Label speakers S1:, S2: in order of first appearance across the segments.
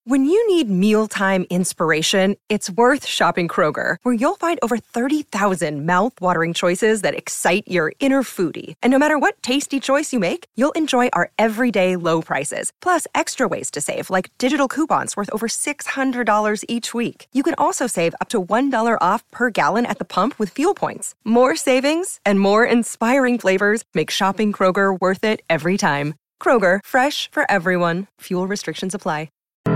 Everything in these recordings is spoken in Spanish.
S1: When you need mealtime inspiration, it's worth shopping Kroger, where you'll find over 30,000 mouth-watering choices that excite your inner foodie. And no matter what tasty choice you make, you'll enjoy our everyday low prices, plus extra ways to save, like digital coupons worth over $600 each week. You can also save up to $1 off per gallon at the pump with fuel points. More savings and more inspiring flavors make shopping Kroger worth it every time. Kroger, fresh for everyone. Fuel restrictions apply.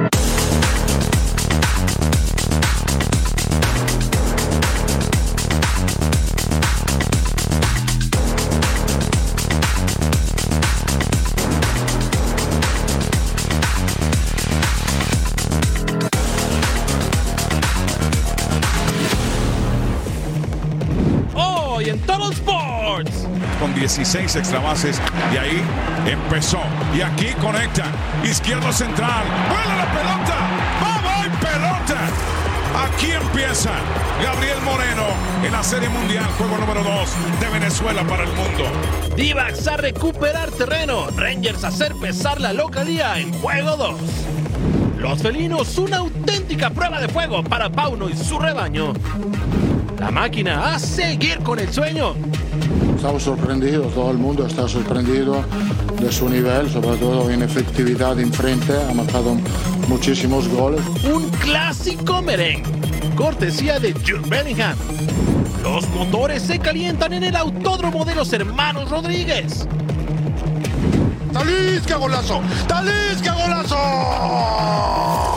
S2: Y en Total Sports
S3: con 16 extrabases y ahí empezó y aquí conecta izquierdo central, vuela la pelota, va y pelota. Aquí empieza Gabriel Moreno en la Serie Mundial, juego número 2 de Venezuela para el mundo.
S2: D-backs a recuperar terreno, Rangers a hacer pesar la localía en juego 2. Los felinos, una auténtica prueba de fuego para Pauno y su rebaño. La máquina a seguir con el sueño.
S4: Estamos sorprendidos, todo el mundo está sorprendido de su nivel, sobre todo en efectividad en frente, ha marcado muchísimos goles.
S2: Un clásico merengue, cortesía de Jude Bellingham. Los motores se calientan en el autódromo de los hermanos Rodríguez.
S5: ¡Talisca, golazo! ¡Talisca, golazo!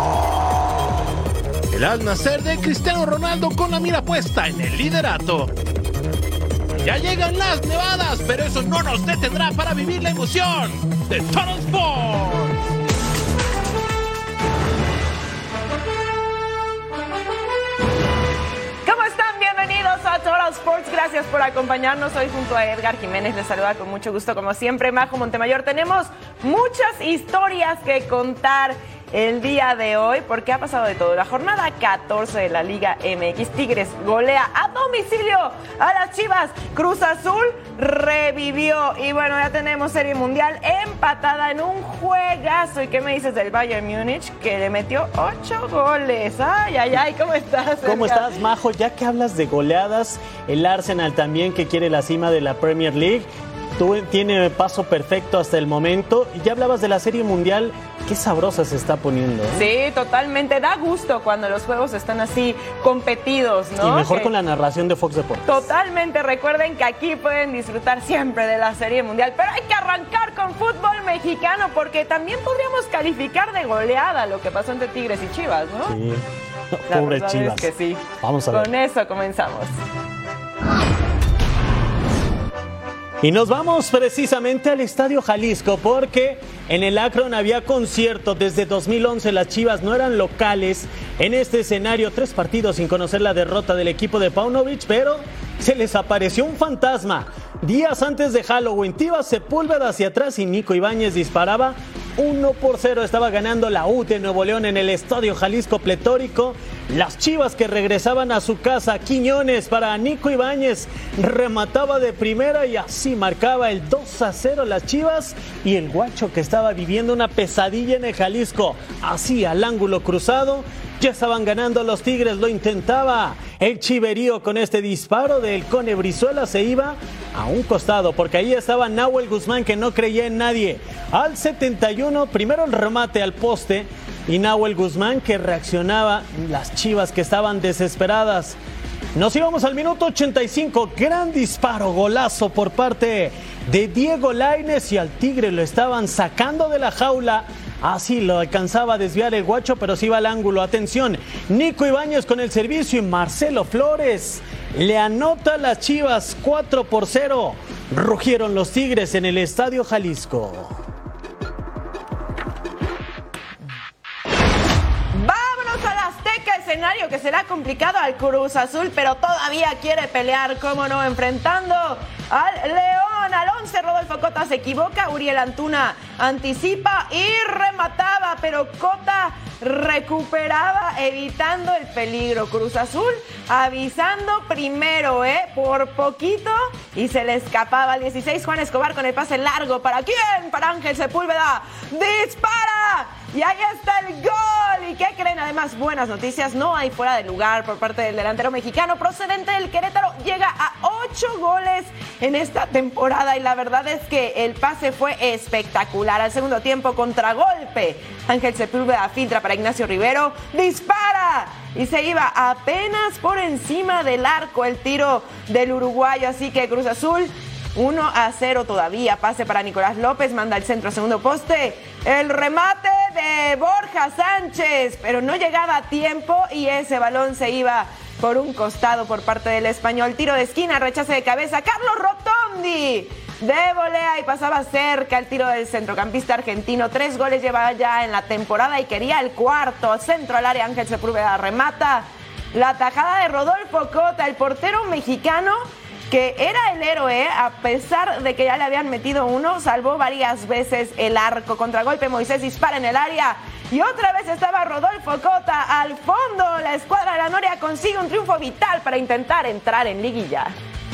S2: El al nacer de Cristiano Ronaldo con la mira puesta en el liderato. Ya llegan las nevadas, pero eso no nos detendrá para vivir la emoción de Total Sports.
S6: ¿Cómo están? Bienvenidos a Total Sports. Gracias por acompañarnos. Hoy junto a Edgar Jiménez les saluda con mucho gusto, como siempre, Majo Montemayor. Tenemos muchas historias que contar el día de hoy, porque ha pasado de todo. La jornada 14 de la Liga MX, Tigres golea a domicilio a las Chivas. Cruz Azul revivió. Y bueno, ya tenemos Serie Mundial empatada en un juegazo. ¿Y qué me dices del Bayern Múnich, que le metió 8 goles? Ay, ay, ay, ¿cómo estás?
S7: ¿Cómo estás, Majo? Ya que hablas de goleadas, el Arsenal también, que quiere la cima de la Premier League, tiene paso perfecto hasta el momento. Y ya hablabas de la Serie Mundial, qué sabrosa se está poniendo, ¿eh?
S6: Sí, totalmente. Da gusto cuando los juegos están así competidos, ¿no?
S7: Y mejor con la narración de Fox Deportes.
S6: Totalmente. Recuerden que aquí pueden disfrutar siempre de la Serie Mundial, pero hay que arrancar con fútbol mexicano, porque también podríamos calificar de goleada lo que pasó entre Tigres y Chivas, ¿no?
S7: Sí. Pobre Chivas.
S6: Es que sí.
S7: Vamos a ver.
S6: Con eso comenzamos.
S7: Y nos vamos precisamente al Estadio Jalisco, porque en el Akron había concierto. Desde 2011 las Chivas no eran locales en este escenario. 3 partidos sin conocer la derrota del equipo de Paunovic, pero se les apareció un fantasma. Días antes de Halloween, Tivas Sepúlveda hacia atrás y Nico Ibáñez disparaba. 1-0 estaba ganando la U de Nuevo León en el Estadio Jalisco pletórico. Las Chivas que regresaban a su casa. Quiñones para Nico Ibáñez, remataba de primera y así marcaba el 2-0 las Chivas. Y el Guacho, que estaba viviendo una pesadilla en el Jalisco, así al ángulo cruzado. Ya estaban ganando los Tigres, lo intentaba el Chiverío con este disparo del Cone Brizuela, se iba a un costado, porque ahí estaba Nahuel Guzmán, que no creía en nadie. Al 71, primero el remate al poste y Nahuel Guzmán, que reaccionaba. Las Chivas que estaban desesperadas. Nos íbamos al minuto 85, gran disparo, golazo por parte de Diego Lainez, y al Tigre lo estaban sacando de la jaula. Así lo alcanzaba a desviar el Guacho, pero se iba al ángulo. Atención, Nico Ibáñez con el servicio y Marcelo Flores le anota a las Chivas 4-0. Rugieron los Tigres en el Estadio Jalisco.
S6: Vámonos al Azteca, escenario que será complicado al Cruz Azul, pero todavía quiere pelear, cómo no, enfrentando al León. Al 11, Rodolfo Cota se equivoca, Uriel Antuna anticipa y remataba, pero Cota recuperaba, evitando el peligro. Cruz Azul avisando primero, por poquito, y se le escapaba al 16. Juan Escobar con el pase largo. ¿Para quién? Para Ángel Sepúlveda. ¡Dispara! Y ahí está el gol. además, buenas noticias, no hay fuera de lugar por parte del delantero mexicano procedente del Querétaro. Llega a 8 goles en esta temporada y la verdad es que el pase fue espectacular. Al segundo tiempo, contragolpe, Ángel Sepúlveda filtra para Ignacio Rivero, dispara y se iba apenas por encima del arco el tiro del uruguayo, así que Cruz Azul 1-0 todavía. Pase para Nicolás López, manda al centro, segundo poste, el remate de Borja Sánchez, pero no llegaba a tiempo y ese balón se iba por un costado por parte del español. Tiro de esquina, rechace de cabeza, Carlos Rotondi de volea y pasaba cerca el tiro del centrocampista argentino. 3 goles llevaba ya en la temporada y quería el cuarto. Centro al área, Ángel Sepúlveda remata. La tajada de Rodolfo Cota, el portero mexicano, que era el héroe, a pesar de que ya le habían metido uno, salvó varias veces el arco. Contragolpe, Moisés dispara en el área y otra vez estaba Rodolfo Cota al fondo. La escuadra de la Noria consigue un triunfo vital para intentar entrar en liguilla.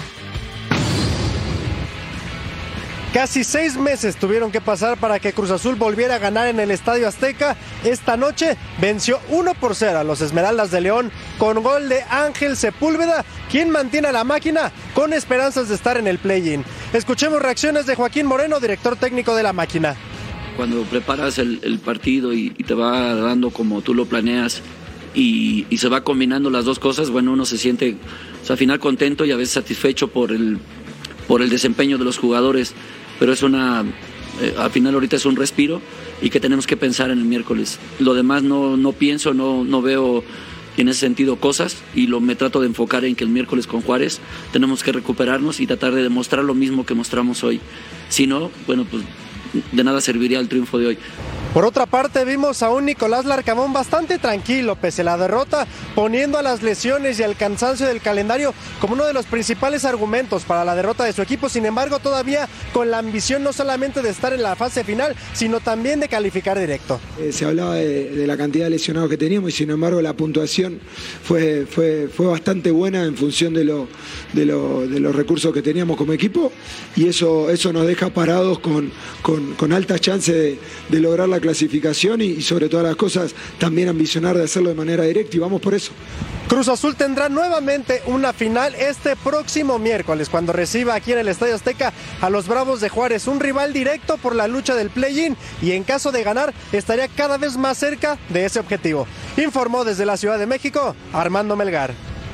S8: Casi 6 meses tuvieron que pasar para que Cruz Azul volviera a ganar en el Estadio Azteca. Esta noche venció 1-0 a los Esmeraldas de León con gol de Ángel Sepúlveda, quien mantiene a la máquina con esperanzas de estar en el play-in. Escuchemos reacciones de Joaquín Moreno, director técnico de la máquina.
S9: Cuando preparas el partido y te va dando como tú lo planeas y se va combinando las dos cosas, bueno, uno se siente al final contento y a veces satisfecho por el desempeño de los jugadores, pero es al final ahorita es un respiro y que tenemos que pensar en el miércoles. Lo demás no pienso, no veo en ese sentido cosas y me trato de enfocar en que el miércoles con Juárez tenemos que recuperarnos y tratar de demostrar lo mismo que mostramos hoy. Si no, bueno, pues de nada serviría el triunfo de hoy.
S8: Por otra parte, vimos a un Nicolás Larcamón bastante tranquilo pese a la derrota, poniendo a las lesiones y al cansancio del calendario como uno de los principales argumentos para la derrota de su equipo. Sin embargo, todavía con la ambición no solamente de estar en la fase final, sino también de calificar directo.
S10: Se hablaba de la cantidad de lesionados que teníamos y sin embargo la puntuación fue bastante buena en función de los recursos que teníamos como equipo y eso nos deja parados con altas chances de lograr la clasificación y sobre todas las cosas también ambicionar de hacerlo de manera directa y vamos por eso.
S8: Cruz Azul tendrá nuevamente una final este próximo miércoles cuando reciba aquí en el Estadio Azteca a los Bravos de Juárez, un rival directo por la lucha del play-in y en caso de ganar estaría cada vez más cerca de ese objetivo. Informó desde la Ciudad de México Armando Melgar.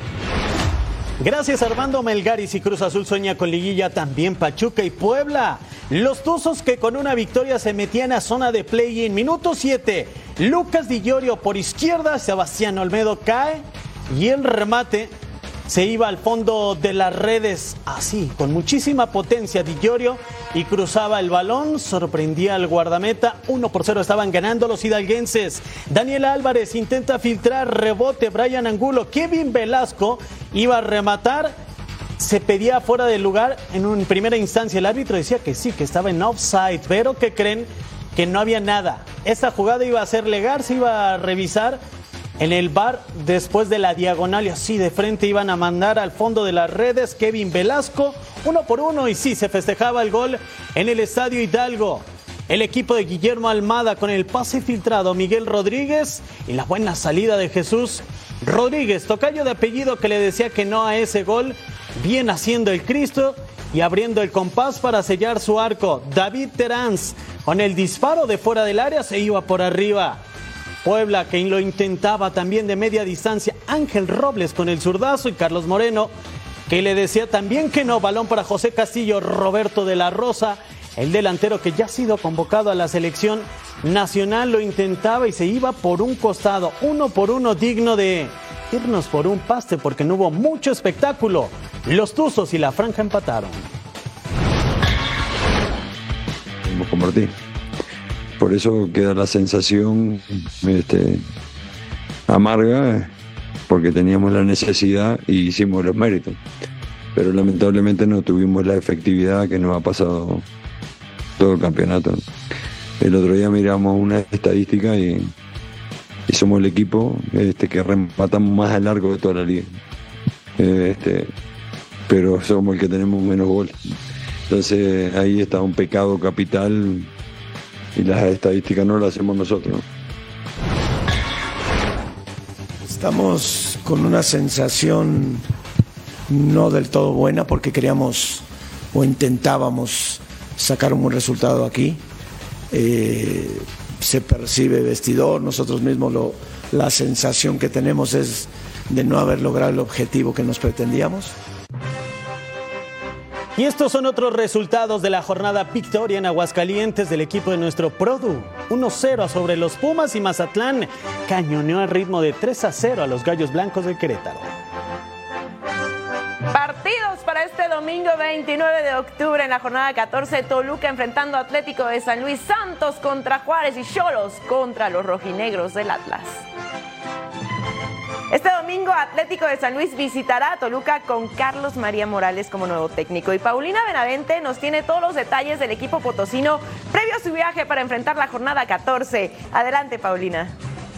S7: Gracias Armando Melgar, y si Cruz Azul sueña con liguilla, también Pachuca y Puebla. Los Tuzos que con una victoria se metían a zona de play-in. Minuto 7, Lucas Di Llorio por izquierda, Sebastián Olmedo cae y el remate se iba al fondo de las redes, así, con muchísima potencia Di Llorio, y cruzaba el balón, sorprendía al guardameta. 1-0 estaban ganando los hidalguenses. Daniel Álvarez intenta filtrar, rebote, Brian Angulo, Kevin Velasco iba a rematar, se pedía fuera del lugar. En primera instancia el árbitro decía que sí, que estaba en offside, pero ¿qué creen? Que no había nada. Esta jugada iba a ser legal, se iba a revisar en el VAR después de la diagonal y así de frente iban a mandar al fondo de las redes. Kevin Velasco, 1-1, y sí, se festejaba el gol en el Estadio Hidalgo. El equipo de Guillermo Almada con el pase filtrado, Miguel Rodríguez, y la buena salida de Jesús Rodríguez, tocayo de apellido, que le decía que no a ese gol. Bien haciendo el Cristo y abriendo el compás para sellar su arco. David Teráns con el disparo de fuera del área se iba por arriba. Puebla que lo intentaba también de media distancia, Ángel Robles con el zurdazo y Carlos Moreno que le decía también que no. Balón para José Castillo, Roberto de la Rosa, el delantero que ya ha sido convocado a la selección nacional, lo intentaba y se iba por un costado. 1-1, digno de irnos por un paste porque no hubo mucho espectáculo. Los Tuzos y la Franja empataron.
S11: Con Martín. Por eso queda la sensación amarga, porque teníamos la necesidad y hicimos los méritos. Pero lamentablemente no tuvimos la efectividad que nos ha pasado todo el campeonato. El otro día miramos una estadística y somos el equipo que rematamos más al largo de toda la liga. Pero somos el que tenemos menos goles. Entonces ahí está un pecado capital y las estadísticas no las hacemos nosotros.
S12: Estamos con una sensación no del todo buena porque queríamos o intentábamos sacar un buen resultado aquí. Se percibe vestidor, nosotros mismos la sensación que tenemos es de no haber logrado el objetivo que nos pretendíamos.
S7: Y estos son otros resultados de la jornada victoria en Aguascalientes del equipo de nuestro Produ. 1-0 sobre los Pumas y Mazatlán cañoneó al ritmo de 3-0 a los Gallos Blancos de Querétaro.
S6: Partidos para este domingo 29 de octubre en la jornada 14. Toluca enfrentando a Atlético de San Luis, Santos contra Juárez y Xolos contra los rojinegros del Atlas. Este domingo Atlético de San Luis visitará a Toluca con Carlos María Morales como nuevo técnico. Y Paulina Benavente nos tiene todos los detalles del equipo potosino previo a su viaje para enfrentar la jornada 14. Adelante, Paulina.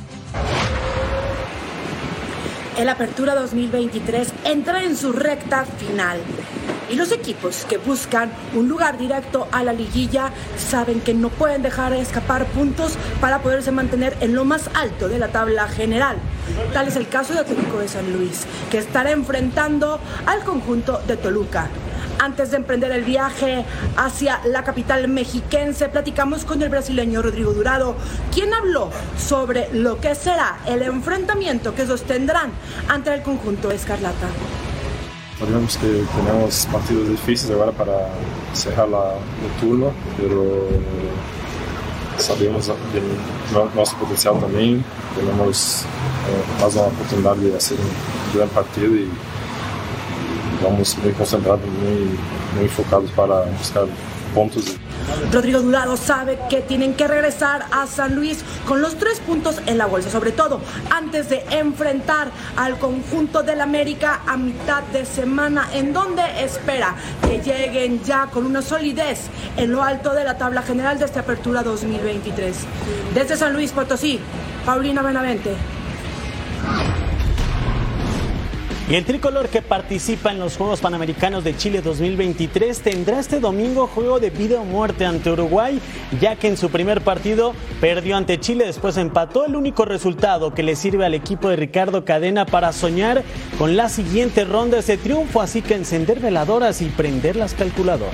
S13: El Apertura 2023 entra en su recta final y los equipos que buscan un lugar directo a la liguilla saben que no pueden dejar escapar puntos para poderse mantener en lo más alto de la tabla general. Tal es el caso de Atlético de San Luis, que estará enfrentando al conjunto de Toluca. Antes de emprender el viaje hacia la capital mexiquense, platicamos con el brasileño Rodrigo Durado, quien habló sobre lo que será el enfrentamiento que sostendrán ante el conjunto escarlata.
S14: Sabemos que tenemos partidos difíciles ahora para cerrar el turno, pero sabemos de nuestro potencial también. Tenemos más una oportunidad de hacer un gran partido y vamos muy concentrados, muy enfocados para buscar puntos.
S13: Rodrigo Durado sabe que tienen que regresar a San Luis con los 3 puntos en la bolsa, sobre todo antes de enfrentar al conjunto del América a mitad de semana, en donde espera que lleguen ya con una solidez en lo alto de la tabla general de esta Apertura 2023. Desde San Luis Potosí, Paulina Benavente.
S7: Y el tricolor que participa en los Juegos Panamericanos de Chile 2023 tendrá este domingo juego de vida o muerte ante Uruguay, ya que en su primer partido perdió ante Chile, después empató, el único resultado que le sirve al equipo de Ricardo Cadena para soñar con la siguiente ronda ese triunfo, así que encender veladoras y prender las calculadoras.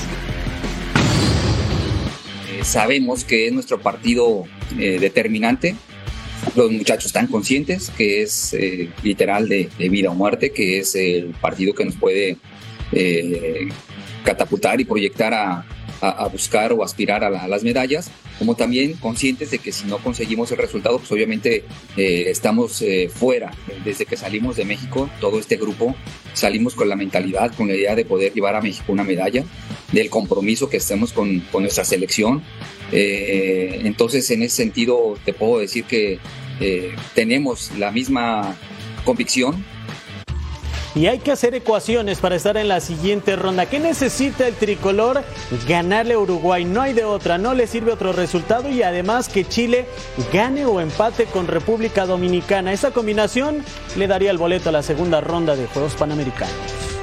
S15: Sabemos que es nuestro partido determinante. Los muchachos están conscientes que es literal de vida o muerte, que es el partido que nos puede catapultar y proyectar a buscar o aspirar a las medallas, como también conscientes de que si no conseguimos el resultado, pues obviamente estamos fuera. Desde que salimos de México, todo este grupo salimos con la mentalidad, con la idea de poder llevar a México una medalla, del compromiso que estemos con nuestra selección. Entonces, en ese sentido, te puedo decir que tenemos la misma convicción.
S7: Y hay que hacer ecuaciones para estar en la siguiente ronda. ¿Qué necesita el tricolor? Ganarle a Uruguay, no hay de otra, no le sirve otro resultado, y además que Chile gane o empate con República Dominicana. Esa combinación le daría el boleto a la segunda ronda de Juegos Panamericanos.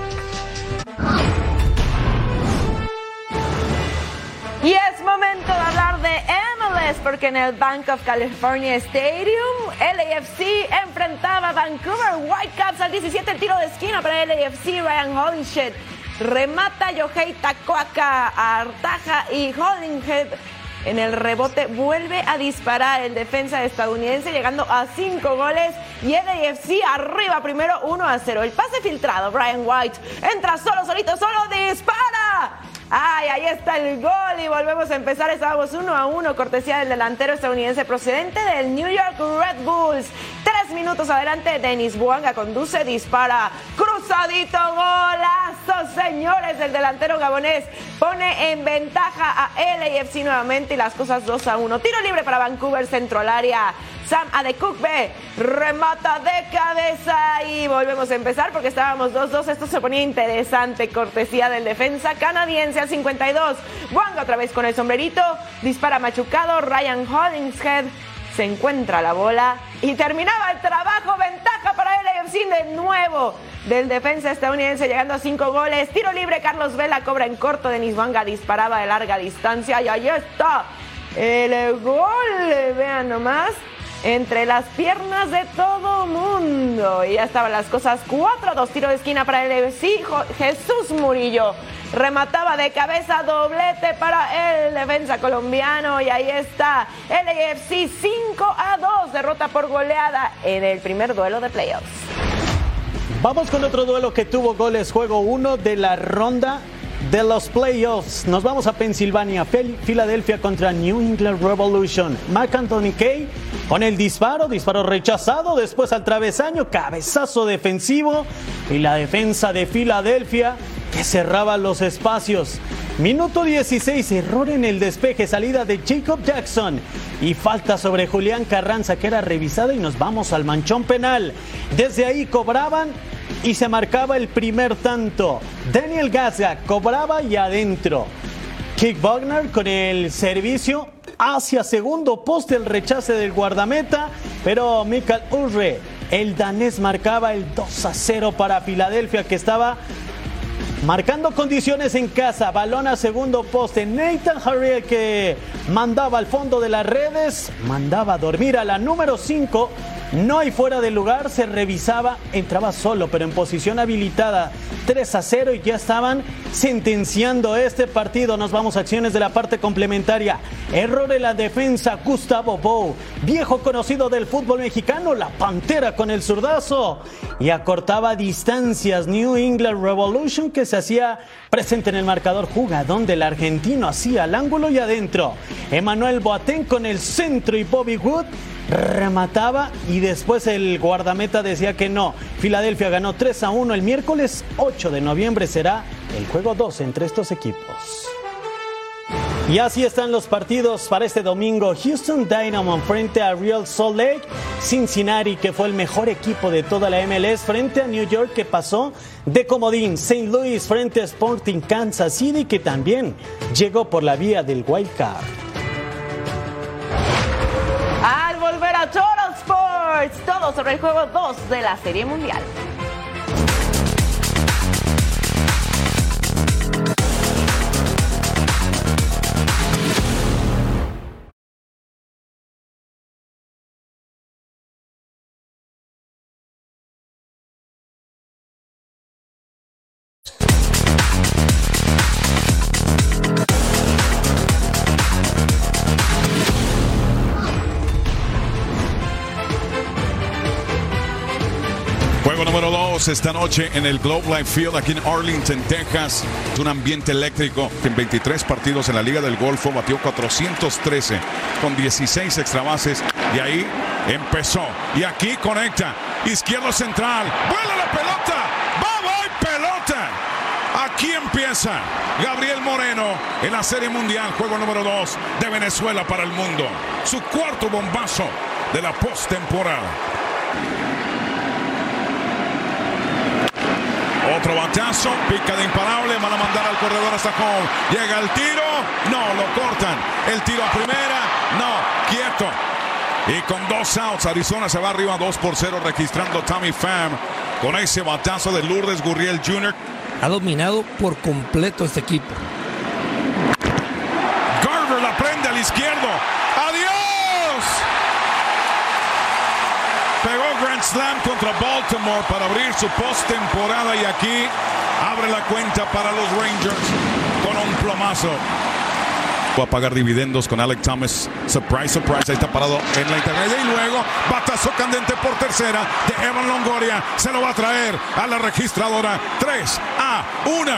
S6: Y es momento de hablar de MLS, porque en el Bank of California Stadium, LAFC enfrentaba a Vancouver Whitecaps al 17, el tiro de esquina para LAFC. Ryan Hollingshead remata, Yohei Takuaka Artaja, y Hollingshead en el rebote vuelve a disparar el defensa estadounidense, llegando a 5 goles, y LAFC arriba primero 1-0. El pase filtrado, Brian White entra solito, dispara. ¡Ay, ahí está el gol! Y volvemos a empezar. Estábamos 1-1, cortesía del delantero estadounidense procedente del New York Red Bulls. 3 minutos adelante, Denis Bouanga conduce, dispara, cruzadito, golazo, señores. El delantero gabonés pone en ventaja a LAFC nuevamente, y las cosas 2-1. Tiro libre para Vancouver, centro al área. Sam Adekugbe remata de cabeza y volvemos a empezar porque estábamos 2-2. Esto se ponía interesante, cortesía del defensa canadiense al 52. Bouanga otra vez con el sombrerito, dispara machucado. Ryan Hollingshead se encuentra la bola y terminaba el trabajo. Ventaja para LAFC de nuevo del defensa estadounidense, llegando a 5 goles. Tiro libre, Carlos Vela cobra en corto. Denis Bouanga disparaba de larga distancia y ahí está el gol. Vean nomás. entre las piernas de todo mundo. Y ya estaban las cosas 4-2, tiro de esquina para el LAFC. Jesús Murillo remataba de cabeza, doblete para el defensa colombiano. Y ahí está, LAFC 5-2, derrota por goleada en el primer duelo de playoffs.
S7: Vamos con otro duelo que tuvo goles, juego 1 de la ronda de los playoffs. Nos vamos a Pensilvania, Filadelfia contra New England Revolution. Mark Anthony Kaye con el disparo rechazado, después al travesaño, cabezazo defensivo y la defensa de Filadelfia que cerraba los espacios. Minuto 16, error en el despeje, salida de Jacob Jackson y falta sobre Julián Carranza que era revisada y nos vamos al manchón penal. Desde ahí cobraban y se marcaba el primer tanto. Daniel Gasga cobraba y adentro. Kick Wagner con el servicio hacia segundo poste, el rechace del guardameta, pero Mikael Urre, el danés, marcaba el 2-0 para Filadelfia, que estaba marcando condiciones en casa. Balón a segundo poste. Nathan Harriel, que mandaba al fondo de las redes, mandaba a dormir a la número 5. No hay fuera de lugar, se revisaba, entraba solo, pero en posición habilitada. 3-0 y ya estaban sentenciando este partido. Nos vamos a acciones de la parte complementaria. Error en la defensa, Gustavo Bou, viejo conocido del fútbol mexicano, la Pantera con el zurdazo. Y acortaba distancias New England Revolution, que se hacía presente en el marcador. Jugadón del argentino, hacía al ángulo y adentro. Emmanuel Boateng con el centro y Bobby Wood remataba y después el guardameta decía que no. Filadelfia ganó 3-1. El miércoles 8 de noviembre será el juego 2 entre estos equipos. Y así están los partidos para este domingo. Houston Dynamo frente a Real Salt Lake. Cincinnati, que fue el mejor equipo de toda la MLS, frente a New York, que pasó de comodín. St. Louis frente a Sporting Kansas City, que también llegó por la vía del Wild Card.
S6: Al volver a Total Sports, todo sobre el juego 2 de la Serie Mundial.
S3: Juego número 2 esta noche en el Globe Life Field aquí en Arlington, Texas. Es un ambiente eléctrico. En 23 partidos en la Liga del Golfo batió 413 con 16 extra bases. Y ahí empezó. Y aquí conecta. Izquierdo central. ¡Vuela la pelota! ¡Va y pelota! Aquí empieza Gabriel Moreno en la Serie Mundial. Juego número 2 de Venezuela para el mundo. Su cuarto bombazo de la postemporada. Otro batazo, pica de imparable, van a mandar al corredor hasta home. Llega el tiro, no, lo cortan. El tiro a primera, no, quieto. Y con 2 outs, Arizona se va arriba 2-0, registrando Tommy Pham con ese batazo de Lourdes Gurriel Jr.
S16: Ha dominado por completo este equipo.
S3: Garver la prende al izquierdo. ¡Adiós! Pegó Grand Slam contra Baltimore para abrir su postemporada y aquí abre la cuenta para los Rangers con un plomazo. Va a pagar dividendos con Alec Thomas. Surprise, surprise. Ahí está parado en la intermedia y luego batazo candente por tercera de Evan Longoria. Se lo va a traer a la registradora. 3-1.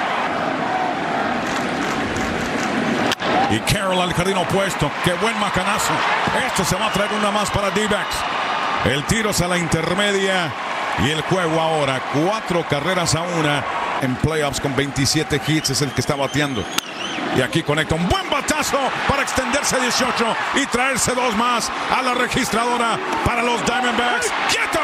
S3: Y Carroll al jardín opuesto. Qué buen macanazo. Esto se va a traer una más para D-backs. El tiro es a la intermedia y el juego ahora 4 carreras a 1 en playoffs con 27 hits, es el que está bateando. Y aquí conecta un buen batazo para extenderse a 18 y traerse 2 más a la registradora para los Diamondbacks. ¡Quieto!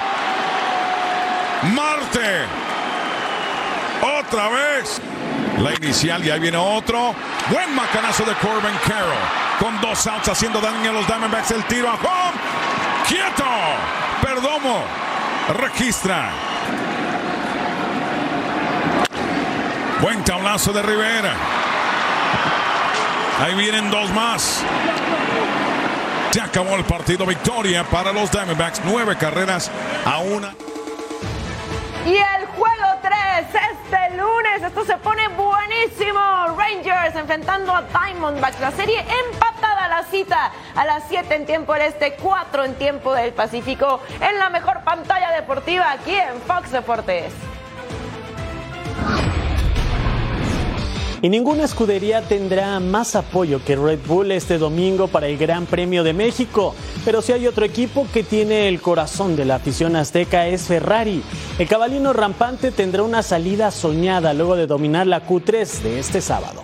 S3: Marte. Otra vez. La inicial y ahí viene otro. Buen macanazo de Corbin Carroll. Con 2 outs haciendo daño a los Diamondbacks. El tiro a home. ¡Quieto! Perdomo registra. Buen tablazo de Rivera. Ahí vienen 2 más. Se acabó el partido, victoria para los Diamondbacks, 9-1.
S6: Y el juego 3 este lunes, esto se pone buenísimo. Rangers enfrentando a Diamondbacks, la serie empatada, la cita a las 7 en tiempo del este, 4 en tiempo del Pacífico, en la mejor pantalla deportiva aquí en Fox Deportes.
S7: Y ninguna escudería tendrá más apoyo que Red Bull este domingo para el Gran Premio de México. Pero si hay otro equipo que tiene el corazón de la afición azteca es Ferrari. El cabalino rampante tendrá una salida soñada luego de dominar la Q3 de este sábado.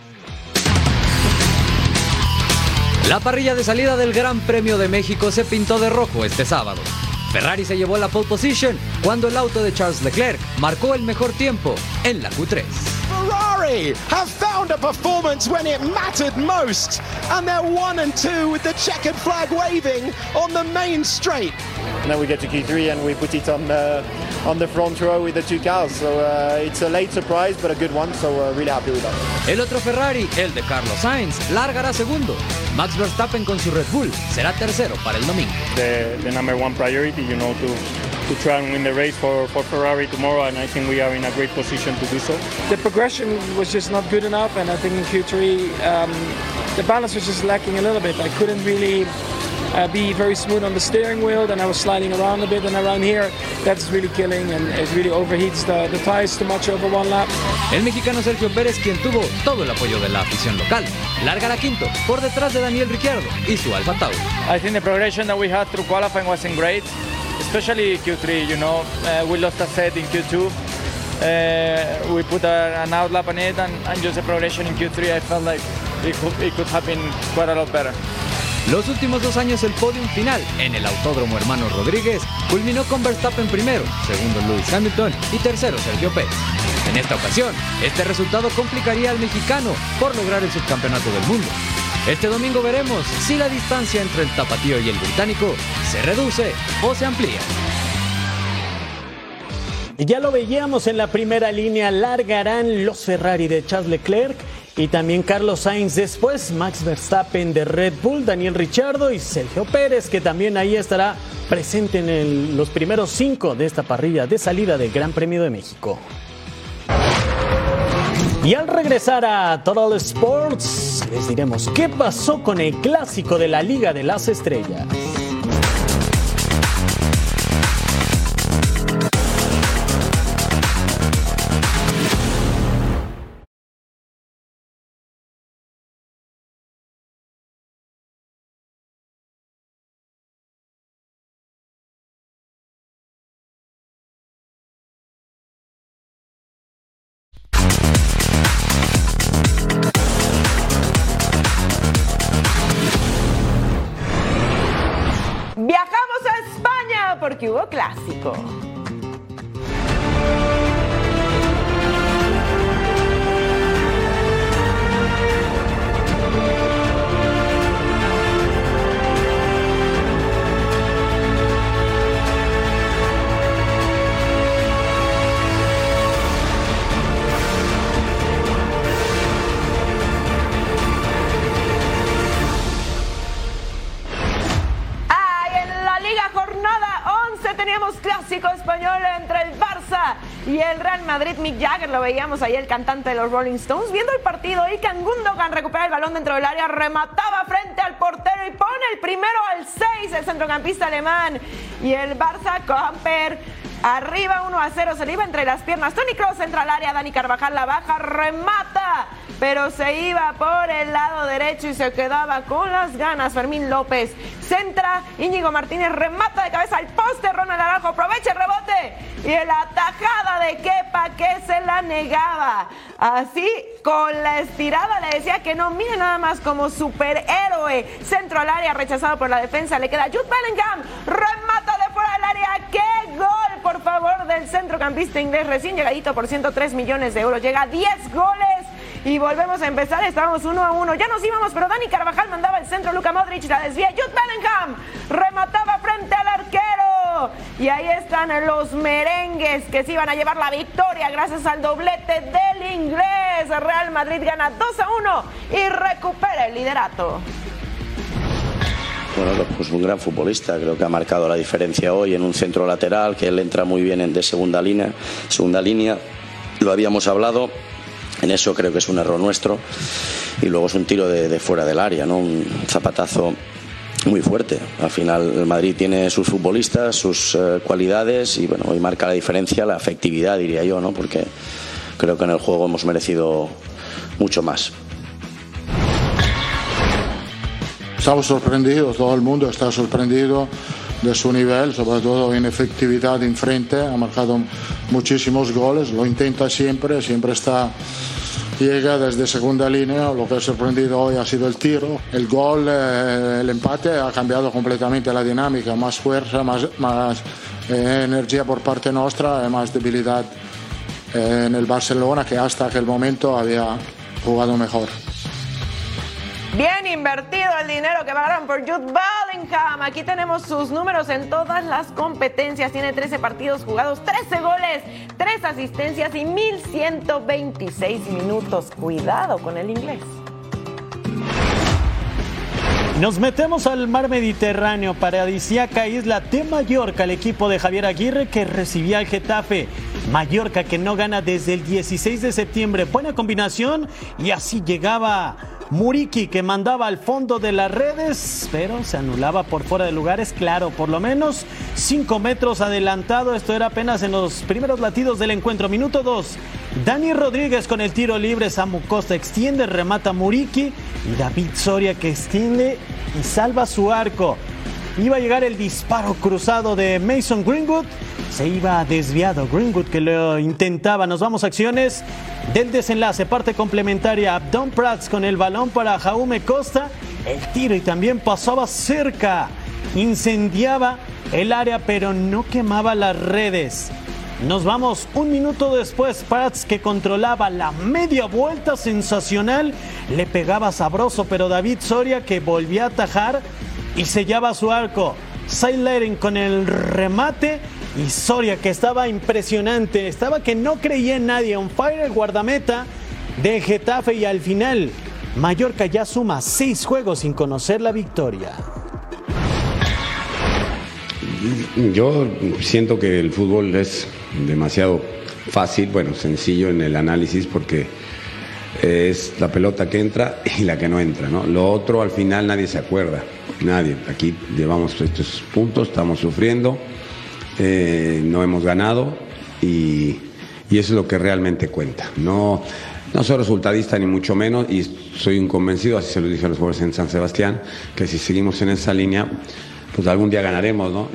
S17: La parrilla de salida del Gran Premio de México se pintó de rojo este sábado. Ferrari se llevó la pole position cuando el auto de Charles Leclerc marcó el mejor tiempo en la Q3.
S18: Ferrari have found a performance when it mattered most, and they're 1 and 2 with the checkered flag waving on the main straight.
S19: And then we get to Q3 and we put it on the front row with the two cars. So it's a late surprise, but a good one. So really happy with that.
S17: El otro Ferrari, el de Carlos Sainz, largará segundo. Max Verstappen con su Red Bull será tercero para el domingo.
S20: The number one priority, you know, to try and win the race for Ferrari tomorrow, and I think we are in a great position to do so.
S21: The progression was just not good enough, and I think in Q3 the balance was just lacking a little bit. I couldn't really be very smooth on the steering wheel, and I was sliding around a bit, and around here that's really killing, and it really overheats the tires too much over one lap.
S17: El mexicano Sergio Pérez, quien tuvo todo el apoyo de la afición local, largará quinto por detrás de Daniel Ricciardo y su Alfa Tauri.
S22: I think the progression that we had through qualifying wasn't great, especially Q3. You know, we lost a set in Q2. We put an out lap on it, and just the progression in Q3, I felt like it could have been quite a lot better.
S17: Los últimos 2 años el podium final en el Autódromo Hermanos Rodríguez culminó con Verstappen primero, segundo Lewis Hamilton y tercero Sergio Pérez. En esta ocasión, este resultado complicaría al mexicano por lograr el subcampeonato del mundo. Este domingo veremos si la distancia entre el tapatío y el británico se reduce o se amplía.
S7: Ya lo veíamos en la primera línea, largarán los Ferrari de Charles Leclerc y también Carlos Sainz, después Max Verstappen de Red Bull, Daniel Ricciardo y Sergio Pérez, que también ahí estará presente en los primeros 5 de esta parrilla de salida del Gran Premio de México. Y al regresar a Total Sports, les diremos qué pasó con el clásico de la Liga de las Estrellas.
S6: Viajamos a España porque hubo clásico. Teníamos clásico español entre el Barça y el Real Madrid. Mick Jagger, lo veíamos ahí, el cantante de los Rolling Stones, viendo el partido. Y Ilkay Gundogan recupera el balón dentro del área, remataba frente al portero y pone el primero al 6, el centrocampista alemán. Y el Barça, Camper, arriba 1-0, se le iba entre las piernas. Toni Kroos entra al área, Dani Carvajal la baja, remata, pero se iba por el lado derecho y se quedaba con las ganas. Fermín López centra, Íñigo Martínez remata de cabeza al poste, Ronald Araujo aprovecha el rebote y la tajada de Kepa que se la negaba. Así, con la estirada le decía que no, mire nada más como superhéroe. Centro al área, rechazado por la defensa, le queda Jude Bellingham, remata de fuera del área. ¡Qué gol, por favor, del centrocampista inglés recién llegadito por 103 millones de euros! Llega a 10 goles. Y volvemos a empezar, estábamos 1-1, ya nos íbamos, pero Dani Carvajal mandaba el centro, Luka Modric la desvía, Jude Bellingham remataba frente al arquero. Y ahí están los merengues que se iban a llevar la victoria gracias al doblete del inglés. Real Madrid gana 2-1 y recupera el liderato.
S1: Bueno, pues un gran futbolista, creo que ha marcado la diferencia hoy en un centro lateral, que él entra muy bien de segunda línea, lo habíamos hablado, en eso creo que es un error nuestro, y luego es un tiro de fuera del área, ¿no? Un zapatazo muy fuerte. Al final el Madrid tiene sus futbolistas, sus cualidades, y bueno, hoy marca la diferencia, la efectividad, diría yo, ¿no? Porque creo que en el juego hemos merecido mucho más.
S5: Estamos sorprendidos, todo el mundo está sorprendido de su nivel, sobre todo en efectividad en frente. Ha marcado muchísimos goles, lo intenta siempre llega desde segunda línea. Lo que ha sorprendido hoy ha sido el tiro, el gol, el empate ha cambiado completamente la dinámica, más fuerza, más energía por parte nuestra, más debilidad en el Barcelona, que hasta aquel momento había jugado mejor.
S6: Bien invertido el dinero que pagaron por Jude Bellingham. Aquí tenemos sus números en todas las competencias. Tiene 13 partidos jugados, 13 goles, 3 asistencias y 1,126 minutos. Cuidado con el inglés.
S7: Nos metemos al mar Mediterráneo, paradisíaca isla de Mallorca, el equipo de Javier Aguirre que recibía al Getafe. Mallorca que no gana desde el 16 de septiembre. Buena combinación y así llegaba Muriqui, que mandaba al fondo de las redes, pero se anulaba por fuera de lugares, claro, por lo menos 5 metros adelantado. Esto era apenas en los primeros latidos del encuentro. Minuto 2, Dani Rodríguez con el tiro libre, Samu Costa extiende, remata Muriqui y David Soria que extiende y salva su arco. Iba a llegar el disparo cruzado de Mason Greenwood, se iba desviado Greenwood que lo intentaba. Nos vamos a acciones del desenlace, parte complementaria. Abdón Prats con el balón para Jaume Costa, el tiro y también pasaba cerca, incendiaba el área pero no quemaba las redes. Nos vamos un minuto después, Prats que controlaba la media vuelta sensacional, le pegaba sabroso, pero David Soria que volvía a atajar y sellaba su arco. Saileren con el remate y Soria que estaba impresionante, estaba que no creía en nadie. On fire el guardameta de Getafe y al final Mallorca ya suma 6 juegos sin conocer la victoria.
S4: Yo siento que el fútbol es demasiado fácil, bueno, sencillo en el análisis porque es la pelota que entra y la que no entra, ¿no? Lo otro al final nadie se acuerda, nadie. Aquí llevamos estos puntos, estamos sufriendo, no hemos ganado y eso es lo que realmente cuenta. No soy resultadista ni mucho menos y soy un convencido, así se lo dije a los jugadores en San Sebastián, que si seguimos en esa línea, pues algún día ganaremos, ¿no?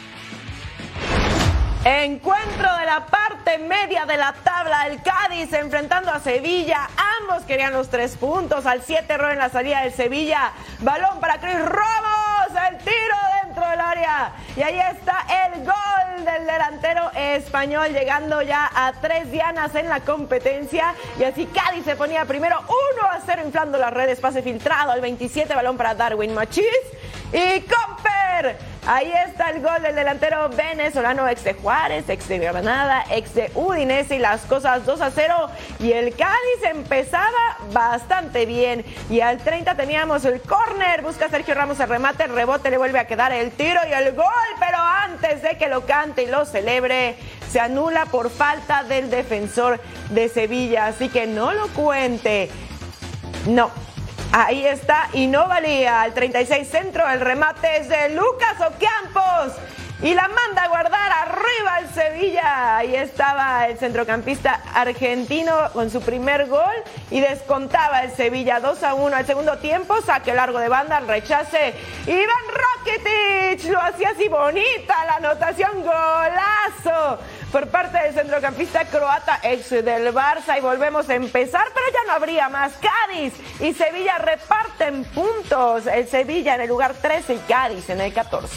S6: Encuentro de la parte media de la tabla, el Cádiz enfrentando a Sevilla. Ambos querían los 3 puntos. Al 7 error en la salida del Sevilla. Balón para Chris Ramos. El tiro dentro del área. Y ahí está el gol del delantero español, llegando ya a 3 dianas en la competencia. Y así Cádiz se ponía primero 1-0, inflando las redes. Pase filtrado al 27. Balón para Darwin Machís. Y Comper. Ahí está el gol del delantero venezolano, ex de Juárez, ex de Granada, ex de Udinese, y las cosas 2-0. Y el Cádiz empezaba bastante bien. Y al 30 teníamos el córner, busca Sergio Ramos el remate, el rebote, le vuelve a quedar el tiro y el gol. Pero antes de que lo cante y lo celebre, se anula por falta del defensor de Sevilla. Así que no lo cuente. No. Ahí está, y no valía. Al 36 centro, el remate es de Lucas Ocampos y la manda a guardar arriba el Sevilla. Ahí estaba el centrocampista argentino con su primer gol y descontaba el Sevilla 2-1 al segundo tiempo. Saque largo de banda, al rechace Iván Rakitic, lo hacía así bonita la anotación, golazo por parte del centrocampista croata, ex del Barça. Y volvemos a empezar, pero ya no habría más. Cádiz y Sevilla reparten puntos. El Sevilla en el lugar 13 y Cádiz en el 14.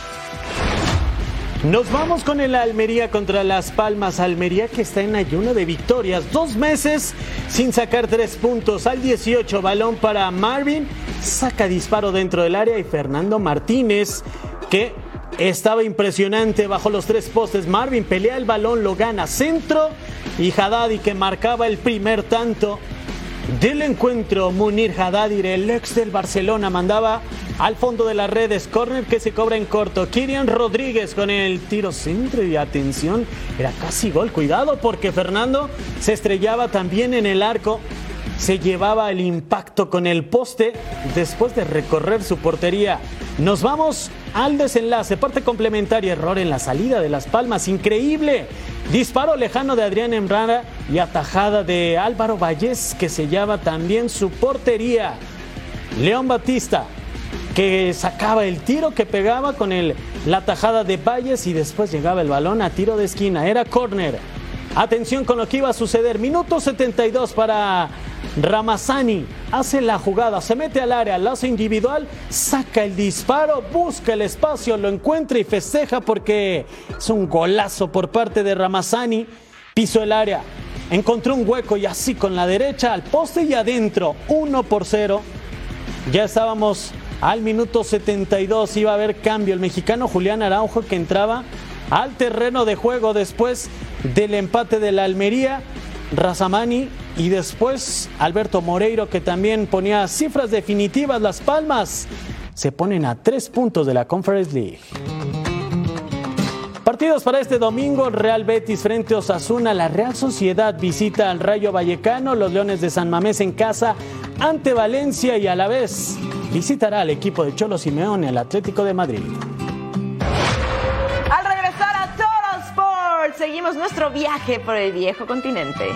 S7: Nos vamos con el Almería contra Las Palmas. Almería que está en ayuno de victorias, 2 meses sin sacar 3 puntos. Al 18, balón para Marvin, saca disparo dentro del área y Fernando Martínez, que estaba impresionante bajo los 3 postes. Marvin pelea el balón, lo gana, centro, y Haddadi que marcaba el primer tanto. del encuentro. Munir Hadadir, el ex del Barcelona, mandaba al fondo de las redes. Córner que se cobra en corto. Kylian Rodríguez con el tiro centro y atención, era casi gol. Cuidado porque Fernando se estrellaba también en el arco. Se llevaba el impacto con el poste después de recorrer su portería. Nos vamos al desenlace, parte complementaria, error en la salida de Las Palmas, increíble. Disparo lejano de Adrián Emrara y atajada de Álvaro Vallés que sellaba también su portería. León Batista que sacaba el tiro que pegaba con la atajada de Valles y después llegaba el balón a tiro de esquina, era córner. Atención con lo que iba a suceder, minuto 72 para Ramazani, hace la jugada, se mete al área, lazo individual, saca el disparo, busca el espacio, lo encuentra y festeja porque es un golazo por parte de Ramazani. Pisó el área, encontró un hueco y así con la derecha al poste y adentro, 1-0. Ya estábamos al minuto 72, iba a haber cambio. El mexicano Julián Araujo que entraba al terreno de juego después del empate de la Almería, Razamani y después Alberto Moreiro que también ponía cifras definitivas. Las Palmas se ponen a 3 puntos de la Conference League. Partidos para este domingo: Real Betis frente a Osasuna, la Real Sociedad visita al Rayo Vallecano, los Leones de San Mamés en casa ante Valencia y a la vez visitará al equipo de Cholo Simeone, el Atlético de Madrid.
S6: Al regresar a Total Sports, seguimos nuestro viaje por el viejo continente.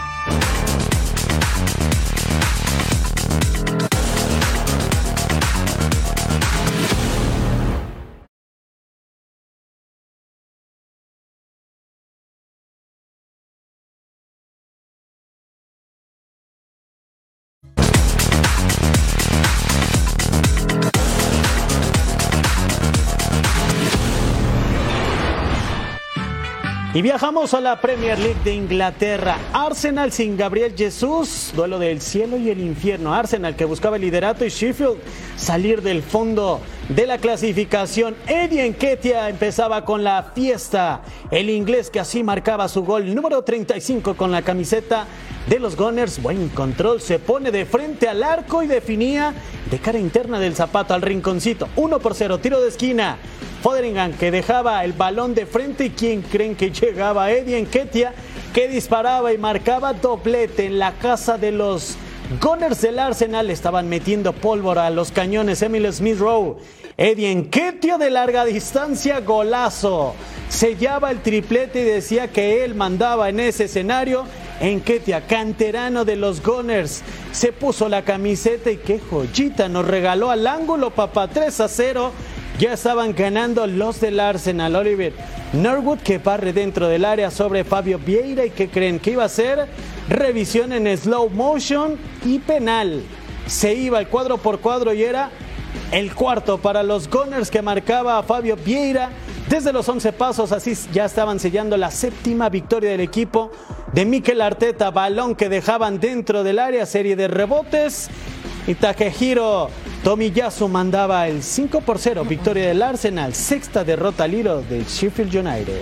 S7: Y viajamos a la Premier League de Inglaterra. Arsenal sin Gabriel Jesús, duelo del cielo y el infierno. Arsenal que buscaba el liderato y Sheffield salir del fondo de la clasificación. Eddie Nketiah empezaba con la fiesta. El inglés que así marcaba su gol número 35 con la camiseta de los Gunners. Buen control, se pone de frente al arco y definía de cara interna del zapato al rinconcito. 1-0, tiro de esquina. Fotheringham que dejaba el balón de frente y ¿quién creen que llegaba? Eddie Nketiah que disparaba y marcaba doblete en la casa de los Gunners del Arsenal. Estaban metiendo pólvora a los cañones. Emile Smith Rowe. Eddie Nketiah de larga distancia, golazo. Sellaba el triplete y decía que él mandaba en ese escenario. Nketiah, canterano de los Gunners, se puso la camiseta y qué joyita nos regaló al ángulo, papá. 3-0. Ya estaban ganando los del Arsenal. Oliver Norwood que barre dentro del área sobre Fabio Vieira y que creen que iba a ser revisión en slow motion y penal. Se iba el cuadro por cuadro y era el cuarto para los Gunners que marcaba a Fabio Vieira desde los 11 pasos. Así ya estaban sellando la 7ª victoria del equipo de Mikel Arteta. Balón que dejaban dentro del área, serie de rebotes y Takehiro Tomiyasu mandaba el 5-0, victoria del Arsenal, 6ª derrota al hilo del Sheffield United.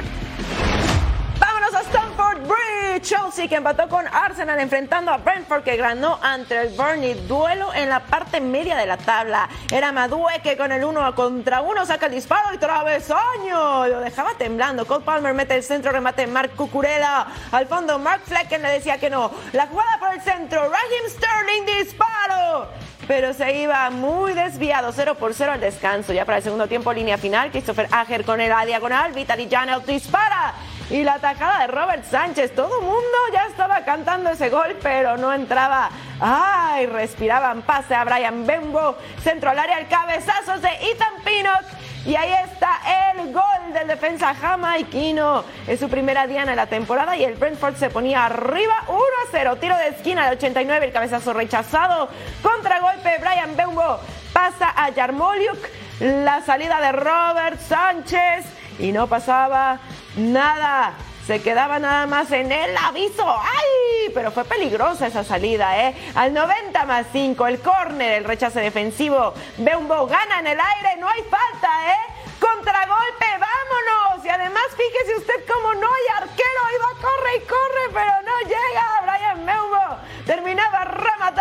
S6: Vámonos a Stamford Bridge. Chelsea que empató con Arsenal enfrentando a Brentford que ganó ante el Burnley. Duelo en la parte media de la tabla. Era Madueke con el 1-1, saca el disparo y travesaño. Lo dejaba temblando. Cole Palmer mete el centro, remate Marc Cucurella. Al fondo Mark Flecken le decía que no. La jugada por el centro. Raheem Sterling, disparo. Pero se iba muy desviado, 0-0 al descanso. Ya para el segundo tiempo, línea final, Christopher Ajer con la diagonal, Vitaly Janelt dispara. Y la atajada de Robert Sánchez, todo el mundo ya estaba cantando ese gol, pero no entraba. ¡Ay! Respiraban, pase a Brian Mbeumo, centro al área, el cabezazo de Ethan Pinnock. Y ahí está el gol del defensa jamaiquino. Es su primera diana de la temporada y el Brentford se ponía arriba 1-0. Tiro de esquina al 89, el cabezazo rechazado. Contragolpe, Brian Mbeumo pasa a Yarmoliuk. La salida de Robert Sánchez y no pasaba nada. Se quedaba nada más en el aviso. ¡Ay! Pero fue peligrosa esa salida, ¿eh? Al 90+5, el córner, el rechace defensivo. Mbeumo gana en el aire, no hay falta, ¿eh? Contragolpe, vámonos. Y además, fíjese usted cómo no hay arquero. Iba, corre y corre, pero no llega. Brian Mbeumo terminaba rematando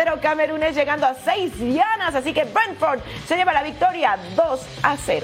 S6: delantero camerunés llegando a 6 dianas, así que Brentford se lleva la victoria 2-0.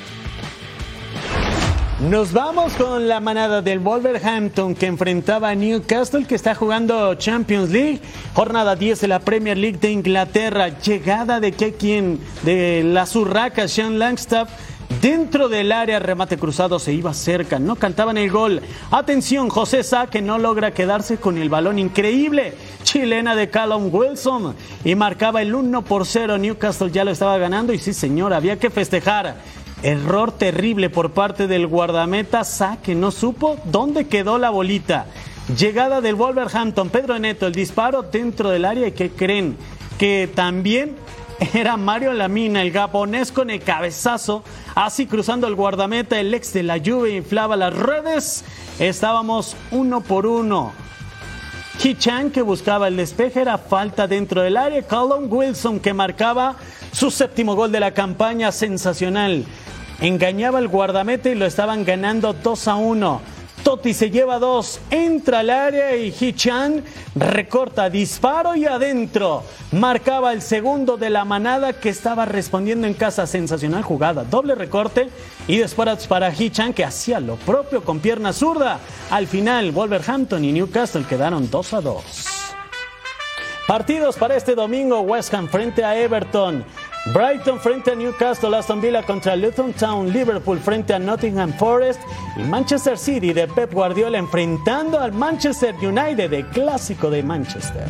S7: Nos vamos con la manada del Wolverhampton que enfrentaba a Newcastle, que está jugando Champions League, jornada 10 de la Premier League de Inglaterra. Llegada de las urracas, Sean Langstaff, dentro del área, remate cruzado, se iba cerca, no cantaban el gol. Atención, José Sá, que no logra quedarse con el balón, increíble, chilena de Callum Wilson, y marcaba el 1-0. Newcastle ya lo estaba ganando y sí señor, había que festejar. Error terrible por parte del guardameta Sá, que no supo dónde quedó la bolita. Llegada del Wolverhampton, Pedro Neto, el disparo dentro del área. ¿Y qué creen? Que también era Mario Lamina, el gabonés, con el cabezazo, así cruzando el guardameta. El ex de la Juve inflaba las redes. Estábamos 1-1. Hee-chan, que buscaba el despeje, era falta dentro del área. Callum Wilson, que marcaba su 7º gol de la campaña, sensacional. Engañaba al guardameta y lo estaban ganando 2-1. Totti se lleva 2, entra al área y Hee-chan recorta, disparo y adentro. Marcaba el segundo de la manada, que estaba respondiendo en casa. Sensacional jugada, doble recorte y después para Hee-chan, que hacía lo propio con pierna zurda. Al final, Wolverhampton y Newcastle quedaron 2-2. Partidos para este domingo: West Ham frente a Everton, Brighton frente a Newcastle, Aston Villa contra Luton Town, Liverpool frente a Nottingham Forest y Manchester City de Pep Guardiola enfrentando al Manchester United, el clásico de Manchester.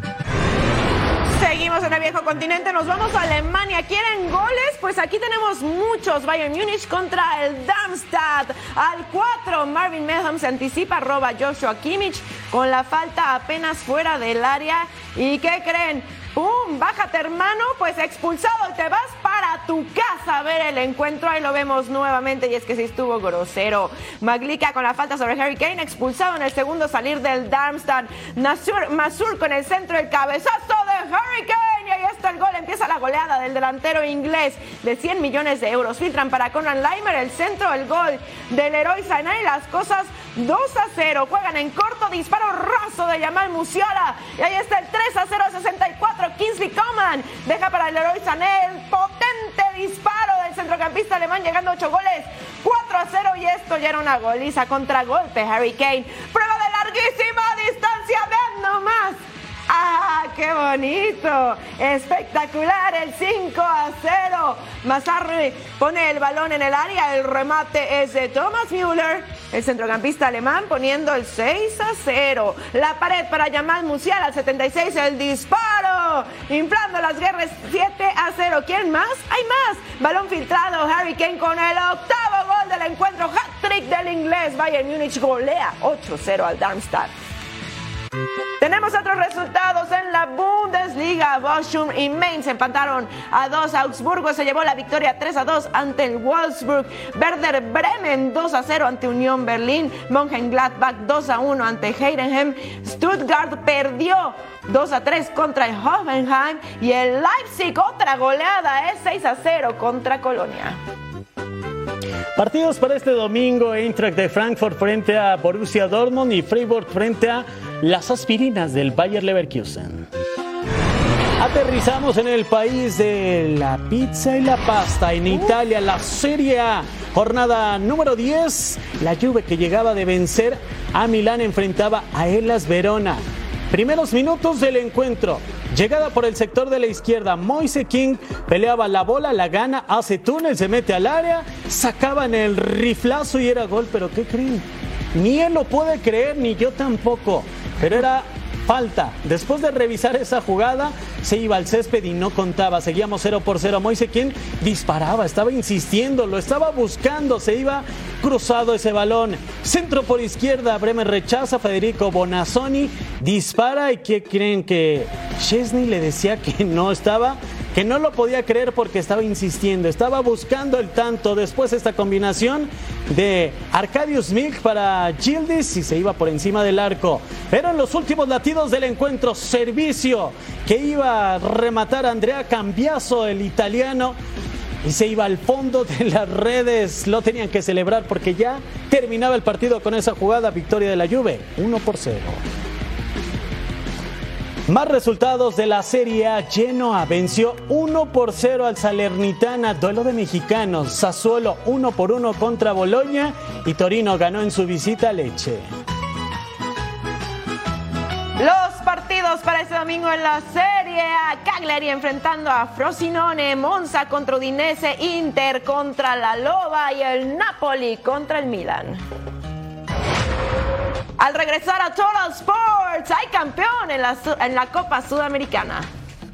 S6: Seguimos en el viejo continente, nos vamos a Alemania. ¿Quieren goles? Pues aquí tenemos muchos. Bayern Múnich contra el Darmstadt. Al 4, Marvin Mehlem se anticipa, roba Joshua Kimmich con la falta apenas fuera del área. ¿Y qué creen? ¡Pum! Bájate, hermano, pues expulsado y te vas para tu casa a ver el encuentro. Ahí lo vemos nuevamente y es que sí estuvo grosero. Maglica con la falta sobre Harry Kane, expulsado en el segundo salir del Darmstadt. Masur con el centro, el cabezazo de Harry Kane y ahí está el gol. Empieza la goleada del delantero inglés de 100 millones de euros. Filtran para Conrad Laimer, el centro, el gol del Leroy Sané y las cosas 2-0. Juegan en corto, disparo raso de Jamal Musiala y ahí está el 3-0 64. Kingsley Coman deja para el Leroy Sané el potente disparo del centrocampista alemán, llegando a 8 goles, 4-0 y esto ya era una goliza. Contragolpe Harry Kane, prueba de larguísima distancia, vean nomás. ¡Ah, qué bonito! Espectacular, el 5-0. Mazzarri pone el balón en el área, el remate es de Thomas Müller, el centrocampista alemán, poniendo el 6-0. La pared para Jamal Musiala al 76, el disparo, inflando las guerras, 7-0. ¿Quién más? Hay más. Balón filtrado, Harry Kane con el 8º gol del encuentro, hat-trick del inglés. Bayern Múnich golea 8-0 al Darmstadt. Tenemos otros resultados en la Bundesliga. Bochum y Mainz empataron a 2. Augsburgo se llevó la victoria 3-2 ante el Wolfsburg. Werder Bremen 2-0 ante Unión Berlín. Mönchengladbach 2-1 ante Heidenheim. Stuttgart perdió 2-3 contra el Hoffenheim. Y el Leipzig, otra goleada, es 6-0 contra Colonia.
S7: Partidos para este domingo: Eintracht de Frankfurt frente a Borussia Dortmund y Freiburg frente a las aspirinas del Bayer Leverkusen. Aterrizamos en el país de la pizza y la pasta, en Italia, la Serie A, jornada número 10. La Juve, que llegaba de vencer a Milán, enfrentaba a Hellas Verona. Primeros minutos del encuentro. Llegada por el sector de la izquierda, Moise King peleaba la bola, la gana, hace túnel, se mete al área, sacaban el riflazo y era gol. Pero ¿qué creen? Ni él lo puede creer, ni yo tampoco. Pero era falta. Después de revisar esa jugada, se iba al césped y no contaba. Seguíamos 0-0. Moise King disparaba, estaba insistiendo, lo estaba buscando, se iba cruzado ese balón. Centro por izquierda, Bremen rechaza, Federico Bonazzoni dispara. ¿Y qué creen? Que Szczesny le decía que no estaba, que no lo podía creer porque estaba insistiendo, estaba buscando el tanto. Después esta combinación de Arkadiusz Milik para Yildiz y se iba por encima del arco. Pero en los últimos latidos del encuentro, servicio que iba a rematar Andrea Cambiaso, el italiano, y se iba al fondo de las redes. Lo tenían que celebrar porque ya terminaba el partido con esa jugada. Victoria de la Juve, 1-0. Más resultados de la Serie A. Genoa venció 1-0 al Salernitana, duelo de mexicanos. Sassuolo 1-1 contra Bologna y Torino ganó en su visita a Lecce.
S6: Los partidos para este domingo en la Serie A: Cagliari enfrentando a Frosinone, Monza contra Udinese, Inter contra la Loba y el Napoli contra el Milan. Al regresar a Total Sports, hay campeón en la Copa Sudamericana.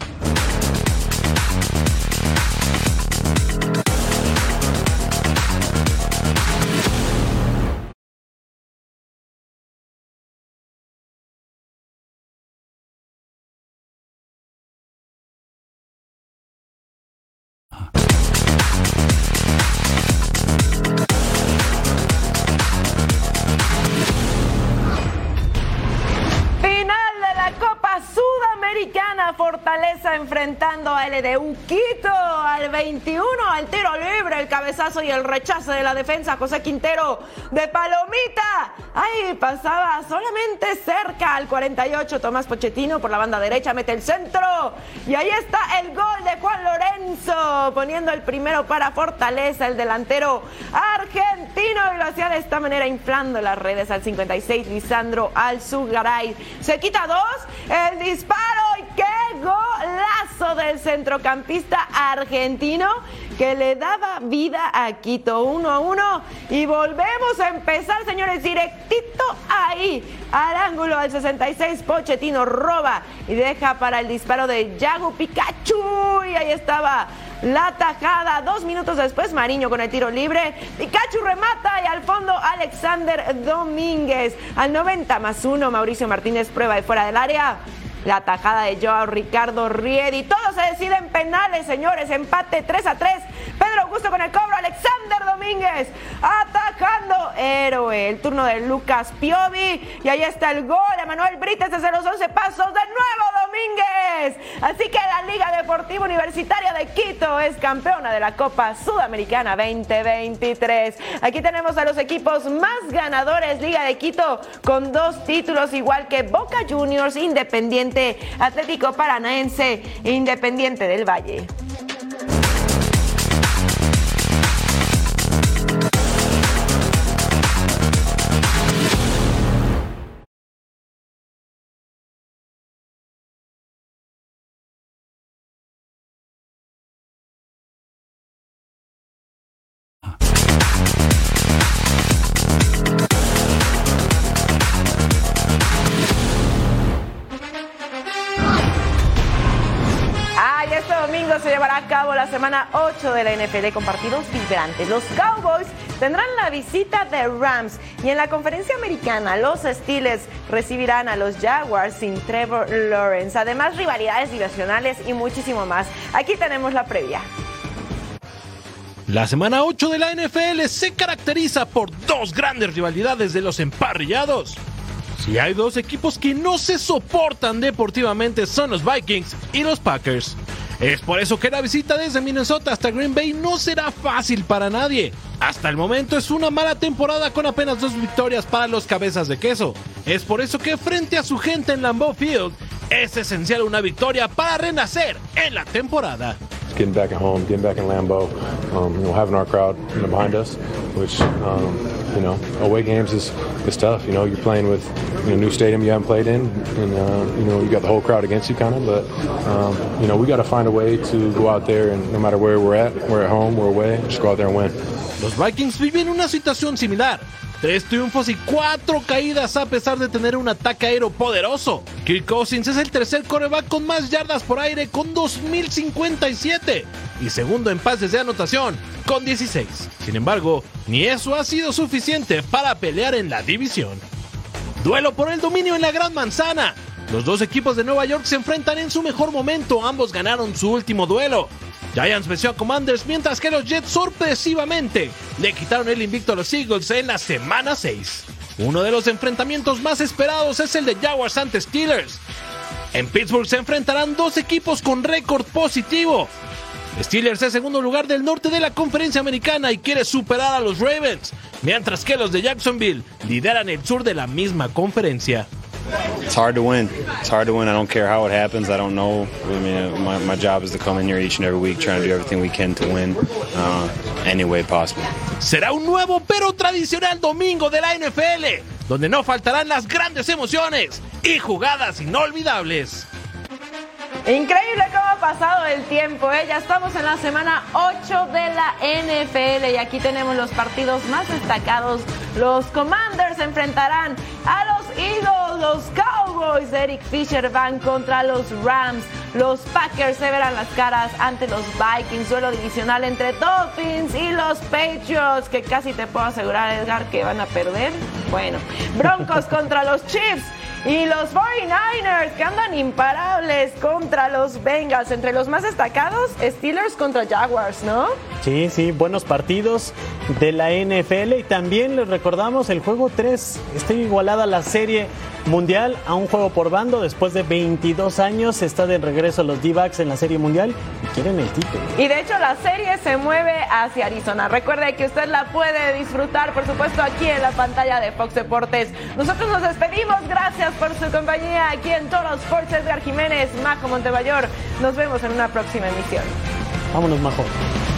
S6: Fortaleza enfrentando a LDU Quito al 21, al tiro libre, el cabezazo y el rechazo de la defensa. José Quintero de palomita, ahí pasaba solamente cerca al 48. Tomás Pochettino por la banda derecha mete el centro y ahí está el gol de Juan Lorenzo, poniendo el primero para Fortaleza, el delantero argentino, y lo hacía de esta manera, inflando las redes. Al 56, Lisandro Alzugaray se quita dos, el disparo y qué golazo del centrocampista argentino que le daba vida a Quito. 1-1 y volvemos a empezar, señores, directito ahí al ángulo. Al 66, Pochettino roba y deja para el disparo de Yago Pikachu, y ahí estaba la tajada. 2 minutos después, Mariño con el tiro libre, Pikachu remata y al fondo Alexander Domínguez. Al 90+1, Mauricio Martínez prueba de fuera del área. La tajada de Joao Ricardo Riedi. Todo se decide en penales, señores. Empate 3-3. Pedro Augusto con el cobro. Alexander Domínguez atacando. Héroe. El turno de Lucas Piovi. Y ahí está el gol. Emanuel Brites desde los 11 pasos. De nuevo Domínguez. Así que la Liga Deportiva Universitaria de Quito es campeona de la Copa Sudamericana 2023. Aquí tenemos a los equipos más ganadores. Liga de Quito con 2 títulos, igual que Boca Juniors, Independiente, Atlético Paranaense e Independiente del Valle. Se llevará a cabo la semana 8 de la NFL con partidos vibrantes. Los Cowboys tendrán la visita de Rams y en la conferencia americana los Steelers recibirán a los Jaguars sin Trevor Lawrence. Además, rivalidades divisionales y muchísimo más. Aquí tenemos la previa.
S2: La semana 8 de la NFL se caracteriza por 2 grandes rivalidades de los emparrillados. Si hay 2 equipos que no se soportan deportivamente, son los Vikings y los Packers. Es por eso que la visita desde Minnesota hasta Green Bay no será fácil para nadie. Hasta el momento es una mala temporada con apenas 2 victorias para los cabezas de queso. Es por eso que frente a su gente en Lambeau Field es esencial una victoria para renacer en la temporada.
S14: Getting back at home, getting back in Lambeau, having our crowd behind us, which, away games is tough. You're playing with a new stadium you haven't played in, and, you got the whole crowd against you kind of, but, we got to find a way to go out there, and no matter where we're at home, we're away, just go out there and win.
S2: Los Vikings viven una situación similar. 3 triunfos y 4 caídas a pesar de tener un ataque aéreo poderoso. Kirk Cousins es el tercer quarterback con más yardas por aire con 2,057 y segundo en pases de anotación con 16. Sin embargo, ni eso ha sido suficiente para pelear en la división. Duelo por el dominio en la Gran Manzana. Los 2 equipos de Nueva York se enfrentan en su mejor momento. Ambos ganaron su último duelo. Giants venció a Commanders, mientras que los Jets sorpresivamente le quitaron el invicto a los Eagles en la semana 6. Uno de los enfrentamientos más esperados es el de Jaguars ante Steelers. En Pittsburgh se enfrentarán 2 equipos con récord positivo. Steelers es segundo lugar del norte de la conferencia americana y quiere superar a los Ravens, mientras que los de Jacksonville lideran el sur de la misma conferencia.
S9: It's hard to win. It's hard to win. I don't care how it happens. I don't know. I mean, my job is to come in here each and every week, trying to do everything we can to win any way possible.
S2: Será un nuevo pero tradicional domingo de la NFL, donde no faltarán las grandes emociones y jugadas inolvidables.
S6: Increíble cómo ha pasado el tiempo, ¿eh? Ya estamos en la semana 8 de la NFL y aquí tenemos los partidos más destacados. Los Commanders enfrentarán a los Eagles, los Cowboys de Eric Fisher van contra los Rams. Los Packers se verán las caras ante los Vikings, duelo divisional entre Dolphins y los Patriots, que casi te puedo asegurar, Edgar, que van a perder. Bueno, Broncos contra los Chiefs. Y los 49ers, que andan imparables contra los Bengals. Entre los más destacados, Steelers contra Jaguars, ¿no?
S7: Sí, buenos partidos de la NFL. Y también les recordamos el juego 3. Está igualada la serie mundial a un juego por bando. Después de 22 años está de regreso los D-backs en la serie mundial y quieren el título.
S6: Y de hecho la serie se mueve hacia Arizona. Recuerde que usted la puede disfrutar, por supuesto, aquí en la pantalla de Fox Deportes. Nosotros nos despedimos. Gracias por su compañía aquí en Total Sports. Edgar Jiménez, Majo Montemayor. Nos vemos en una próxima emisión.
S7: Vámonos, Majo.